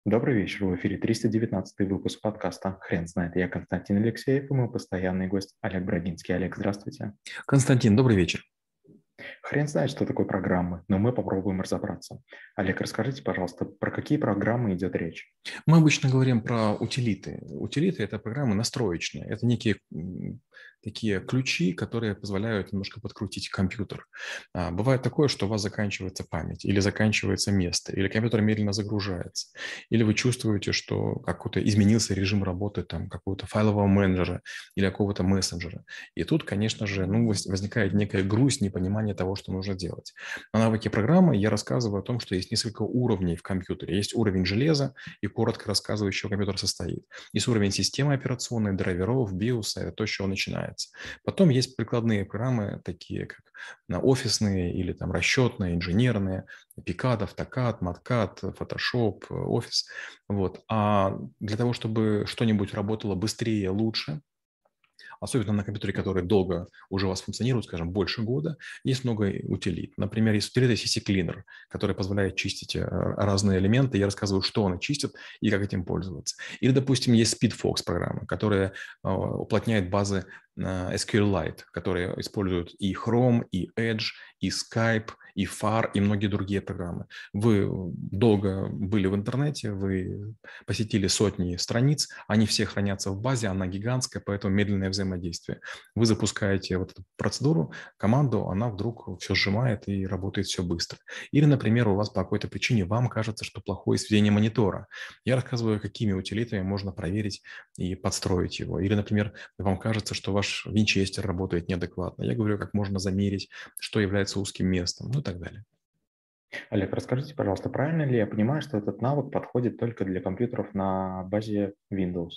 Добрый вечер, в эфире 319 выпуск подкаста «Хрен знает». Я Константин Алексеев и мой постоянный гость Олег Брагинский. Олег, здравствуйте. Константин, добрый вечер. Хрен знает, что такое программы, но мы попробуем разобраться. Олег, расскажите, пожалуйста, про какие программы идет речь? Мы обычно говорим про утилиты. Утилиты – это программы настроечные. Это некие такие ключи, которые позволяют немножко подкрутить компьютер. Бывает такое, что у вас заканчивается память, или заканчивается место, или компьютер медленно загружается, или вы чувствуете, что какой-то изменился режим работы там, какого-то файлового менеджера или какого-то мессенджера. И тут, конечно же, возникает некая грусть, непонимание того, что нужно делать. На навыке программы я рассказываю о том, что есть несколько уровней в компьютере. Есть уровень железа, и коротко рассказываю, из чего компьютер состоит. Есть уровень системы операционной, драйверов, биоса, это то, с чего начинается. Потом есть прикладные программы, такие как офисные или там расчетные, инженерные, Picad, AutoCAD, MatCAD, Photoshop, Office. Вот. А для того, чтобы что-нибудь работало быстрее, лучше, особенно на компьютере, который долго уже у вас функционирует, скажем, больше года, есть много утилит. Например, есть утилита CC Cleaner, который позволяет чистить разные элементы. Я рассказываю, что он чистит и как этим пользоваться. Или, допустим, есть SpeedFox программа, которая уплотняет базы SQLite, которые используют и Chrome, и Edge, и Skype, и FAR, и многие другие программы. Вы долго были в интернете, вы посетили сотни страниц, они все хранятся в базе, она гигантская, поэтому медленное взаимодействие. Вы запускаете вот эту процедуру, команду, она вдруг все сжимает и работает все быстро. Или, например, у вас по какой-то причине вам кажется, что плохое сведение монитора. Я рассказываю, какими утилитами можно проверить и подстроить его. Или, например, вам кажется, что ваш винчестер работает неадекватно. Я говорю, как можно замерить, что является узким местом, ну и так далее. Олег, расскажите, пожалуйста, правильно ли я понимаю, что этот навык подходит только для компьютеров на базе Windows?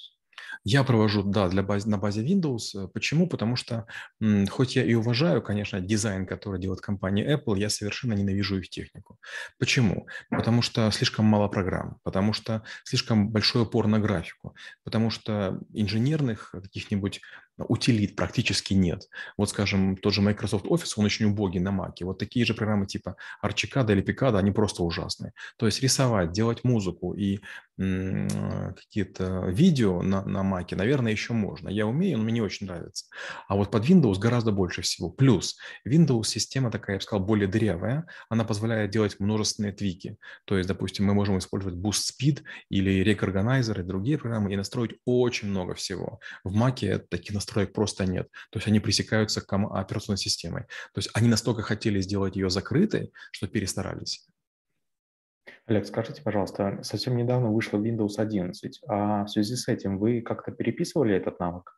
Я провожу, да, на базе Windows. Почему? Потому что, хоть я и уважаю, конечно, дизайн, который делает компания Apple, я совершенно ненавижу их технику. Почему? Потому что слишком мало программ, потому что слишком большой упор на графику, потому что инженерных каких-нибудь утилит практически нет. Вот, скажем, тот же Microsoft Office, он очень убогий на Mac. Вот такие же программы типа Archicad или Picard, они просто ужасные. То есть рисовать, делать музыку и какие-то видео на Mac, наверное, еще можно. Я умею, но мне не очень нравится. А вот под Windows гораздо больше всего. Плюс Windows-система такая, я бы сказал, более дырявая. Она позволяет делать множественные твики. То есть, допустим, мы можем использовать Boost Speed или Rec Organizer и другие программы и настроить очень много всего. В Mac таких настроек просто нет. То есть они пресекаются операционной системой. То есть они настолько хотели сделать ее закрытой, что перестарались. Олег, скажите, пожалуйста, совсем недавно вышла Windows 11, а в связи с этим вы как-то переписывали этот навык?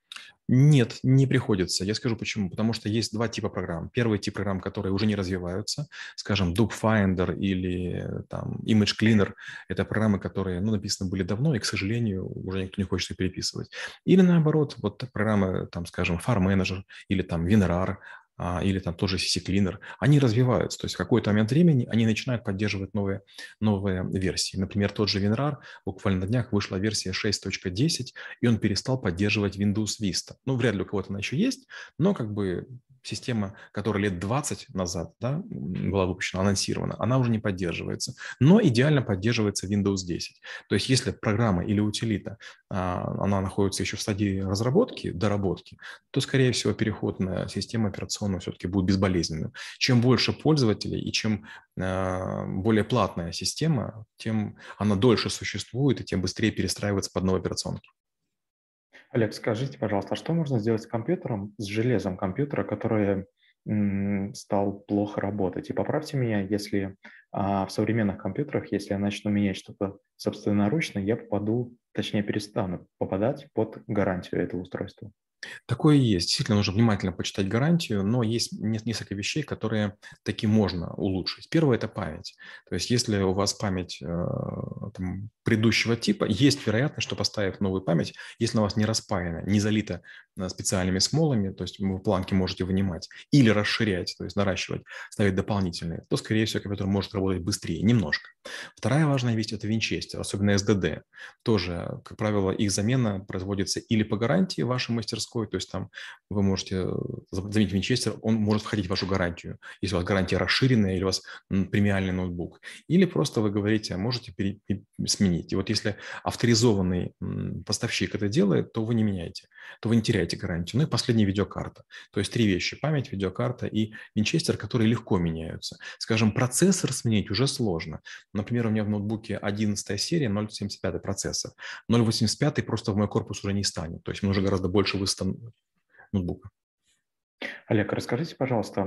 Нет, не приходится. Я скажу почему. Потому что есть два типа программ. Первый тип программ, которые уже не развиваются, скажем, Duke Finder или там, Image Cleaner. Это программы, которые написаны были давно, и, к сожалению, уже никто не хочет их переписывать. Или наоборот, вот программы, там, скажем, File Manager или там WinRAR, или там тоже CC Cleaner, они развиваются. То есть в какой-то момент времени они начинают поддерживать новые версии. Например, тот же WinRAR, буквально на днях вышла версия 6.10, и он перестал поддерживать Windows Vista. Ну, вряд ли у кого-то она еще есть, но как бы система, которая лет 20 назад, да, была выпущена, анонсирована, она уже не поддерживается. Но идеально поддерживается Windows 10. То есть если программа или утилита, она находится еще в стадии разработки, доработки, то, скорее всего, переход на систему операционную все-таки будет безболезненным. Чем больше пользователей и чем более платная система, тем она дольше существует и тем быстрее перестраивается под новые операционки. Олег, скажите, пожалуйста, а что можно сделать с компьютером, с железом компьютера, который стал плохо работать? И поправьте меня, если в современных компьютерах, если я начну менять что-то собственноручно, я попаду, точнее перестану попадать под гарантию этого устройства. Такое есть. Действительно, нужно внимательно почитать гарантию, но есть несколько вещей, которые таки можно улучшить. Первое – это память. То есть если у вас память там, предыдущего типа, есть вероятность, что поставив новую память, если она у вас не распаяна, не залита специальными смолами, то есть вы планки можете вынимать, или расширять, то есть наращивать, ставить дополнительные, то, скорее всего, компьютер может работать быстрее, немножко. Вторая важная вещь – это винчестер, особенно SDD. Тоже, как правило, их замена производится или по гарантии в вашей мастерской, заводской, то есть там вы можете заменить винчестер, он может входить в вашу гарантию, если у вас гарантия расширенная или у вас премиальный ноутбук. Или просто вы говорите, можете сменить. И вот если авторизованный поставщик это делает, то вы не меняете, то вы не теряете гарантию. Ну и последняя видеокарта. То есть 3 вещи: память, видеокарта и винчестер, которые легко меняются. Скажем, процессор сменить уже сложно. Например, у меня в ноутбуке 11 серия, 0.75 процессор. 0.85 просто в мой корпус уже не станет. То есть мне уже гораздо больше высота ноутбука. Олег, расскажите, пожалуйста,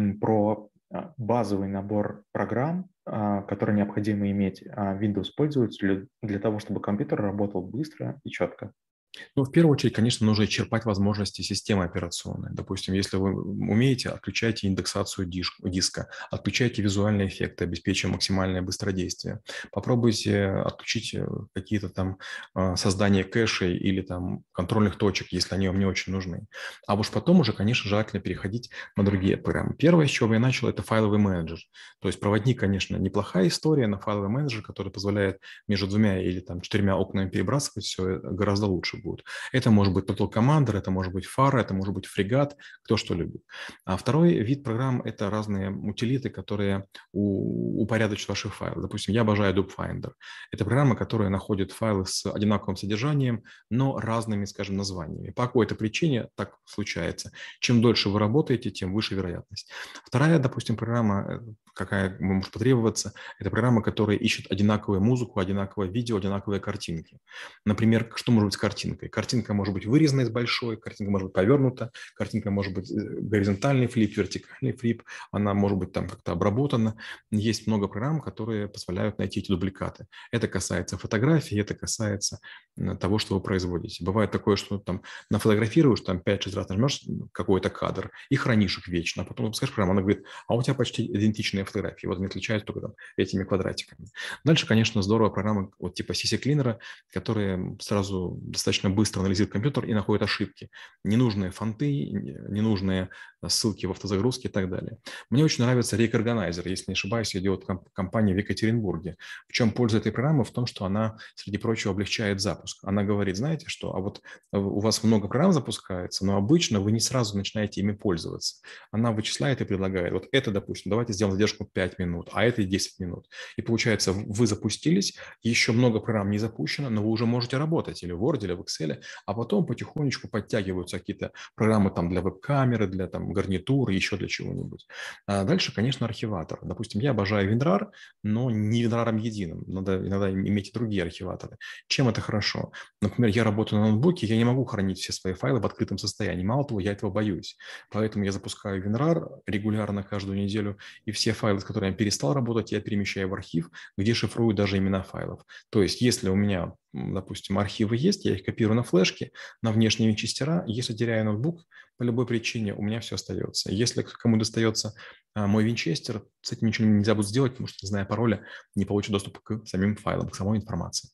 про базовый набор программ, которые необходимо иметь Windows пользователю для того, чтобы компьютер работал быстро и четко. Ну, в первую очередь, конечно, нужно черпать возможности системы операционной. Допустим, если вы умеете, отключайте индексацию диска, отключайте визуальные эффекты, обеспечивая максимальное быстродействие. Попробуйте отключить какие-то там создания кэшей или там контрольных точек, если они вам не очень нужны. А уж потом уже, конечно, желательно переходить на другие программы. Первое, с чего я начал, это файловый менеджер. То есть проводник, конечно, неплохая история, но файловый менеджер, который позволяет между 2 или там 4 окнами перебрасывать, все гораздо лучше будет. Это может быть Total Commander, это может быть Фара, это может быть Фрегат, кто что любит. А второй вид программ – это разные утилиты, которые упорядочат ваши файлы. Допустим, я обожаю Adobe Finder. Это программа, которая находит файлы с одинаковым содержанием, но разными, скажем, названиями. По какой-то причине так случается. Чем дольше вы работаете, тем выше вероятность. Вторая, допустим, программа, какая может потребоваться, это программа, которая ищет одинаковую музыку, одинаковое видео, одинаковые картинки. Например, что может быть с картинкой? Картинка может быть вырезана из большой, картинка может быть повернута, картинка может быть горизонтальный флип, вертикальный флип, она может быть там как-то обработана. Есть много программ, которые позволяют найти эти дубликаты. Это касается фотографий, это касается того, что вы производите. Бывает такое, что там нафотографируешь, там 5-6 раз нажмешь какой-то кадр и хранишь их вечно, а потом скажешь программу, она говорит, а у тебя почти идентичные фотографии, вот они отличаются только там этими квадратиками. Дальше, конечно, здорово программы вот типа CC Cleaner, которые сразу достаточно быстро анализирует компьютер и находит ошибки. Ненужные фонты, ненужные ссылки в автозагрузке и так далее. Мне очень нравится Rake Organizer, если не ошибаюсь, ее делает компания в Екатеринбурге. В чем польза этой программы? В том, что она, среди прочего, облегчает запуск. Она говорит, знаете что, а вот у вас много программ запускается, но обычно вы не сразу начинаете ими пользоваться. Она вычисляет и предлагает, вот это, допустим, давайте сделаем задержку 5 минут, а это 10 минут. И получается, вы запустились, еще много программ не запущено, но вы уже можете работать или в Word, или в Excel, а потом потихонечку подтягиваются какие-то программы там для веб-камеры, для там гарнитуры, еще для чего-нибудь. А дальше, конечно, архиватор. Допустим, я обожаю WinRAR, но не WinRAR единым. Надо иногда иметь и другие архиваторы. Чем это хорошо? Например, я работаю на ноутбуке, я не могу хранить все свои файлы в открытом состоянии. Мало того, я этого боюсь. Поэтому я запускаю WinRAR регулярно каждую неделю, и все файлы, с которыми я перестал работать, я перемещаю в архив, где шифрую даже имена файлов. То есть, если у меня, допустим, архивы есть, я их копирую на флешке, на внешние винчестера. Если теряю ноутбук, по любой причине у меня все остается. Если кому достается мой винчестер, с этим ничего нельзя будет сделать, потому что, не зная пароля, не получит доступ к самим файлам, к самой информации.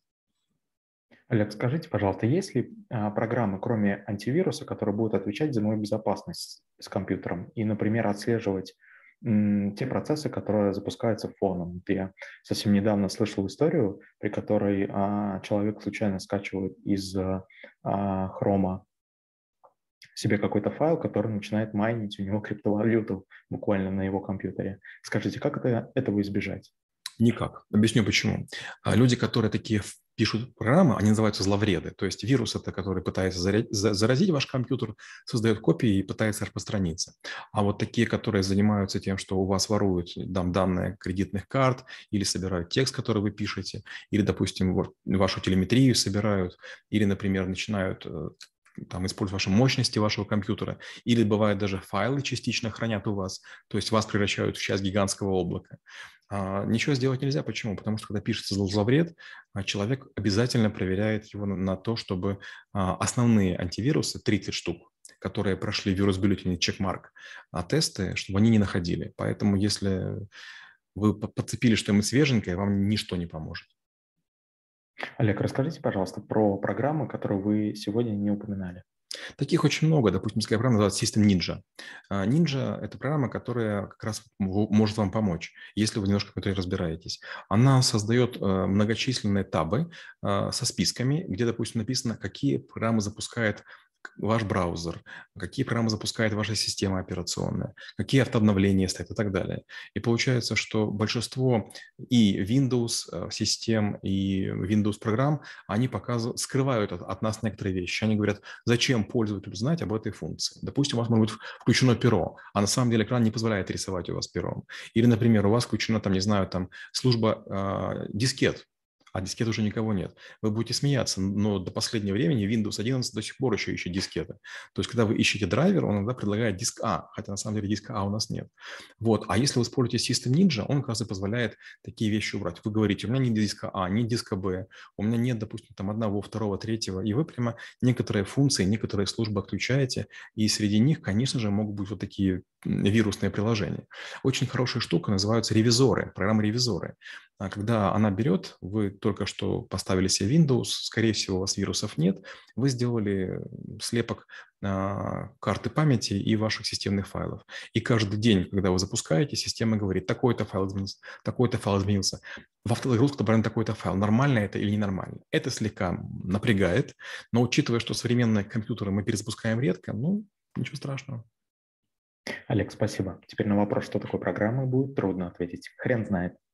Олег, скажите, пожалуйста, есть ли программы, кроме антивируса, которые будут отвечать за мою безопасность с компьютером и, например, отслеживать те процессы, которые запускаются фоном? Я совсем недавно слышал историю, при которой человек случайно скачивает из Хрома себе какой-то файл, который начинает майнить у него криптовалюту буквально на его компьютере. Скажите, как этого избежать? Никак. Объясню почему. Люди, которые такие пишут программы, они называются зловреды. То есть вирус – это который пытается заразить ваш компьютер, создает копии и пытается распространиться. А вот такие, которые занимаются тем, что у вас воруют данные кредитных карт или собирают текст, который вы пишете, или, допустим, вашу телеметрию собирают, или, например, начинают там, использовать ваши мощности вашего компьютера, или бывает даже файлы частично хранят у вас, то есть вас превращают в часть гигантского облака. Ничего сделать нельзя. Почему? Потому что, когда пишется зловред, человек обязательно проверяет его на то, чтобы основные антивирусы, 30 штук, которые прошли вирус-бюллетень чекмарк, тесты, чтобы они не находили. Поэтому, если вы подцепили что-нибудь свеженькое, вам ничто не поможет. Олег, расскажите, пожалуйста, про программы, которые вы сегодня не упоминали. Таких очень много. Допустим, такая программа называется System Ninja. Ninja – это программа, которая как раз может вам помочь, если вы немножко в компьютере разбираетесь. Она создает многочисленные табы со списками, где, допустим, написано, какие программы запускает ваш браузер, какие программы запускает ваша система операционная, какие автообновления стоят и так далее. И получается, что большинство и Windows систем, и Windows программ, они скрывают от нас некоторые вещи. Они говорят, зачем пользователю знать об этой функции. Допустим, у вас может быть включено перо, а на самом деле экран не позволяет рисовать у вас пером. Или, например, у вас включена, там, не знаю, там, служба дискет, а дискет уже никого нет. Вы будете смеяться, но до последнего времени Windows 11 до сих пор еще ищет дискеты. То есть, когда вы ищете драйвер, он иногда предлагает диск А, хотя на самом деле диска А у нас нет. Вот. А если вы используете System Ninja, он, оказывается, позволяет такие вещи убрать. Вы говорите, у меня нет диска А, нет диска Б, у меня нет, допустим, там одного, второго, третьего, и вы прямо некоторые функции, некоторые службы отключаете, и среди них, конечно же, могут быть вот такие вирусные приложения. Очень хорошая штука, называются ревизоры, программы-ревизоры. Когда она берет, вы только что поставили себе Windows, скорее всего, у вас вирусов нет, вы сделали слепок карты памяти и ваших системных файлов. И каждый день, когда вы запускаете, система говорит, такой-то файл изменился, такой-то файл изменился. В автозагрузку добавлен такой-то файл. Нормально это или ненормально? Это слегка напрягает, но учитывая, что современные компьютеры мы перезапускаем редко, ну, ничего страшного. Олег, спасибо. Теперь на вопрос, что такое программа, будет трудно ответить. Хрен знает.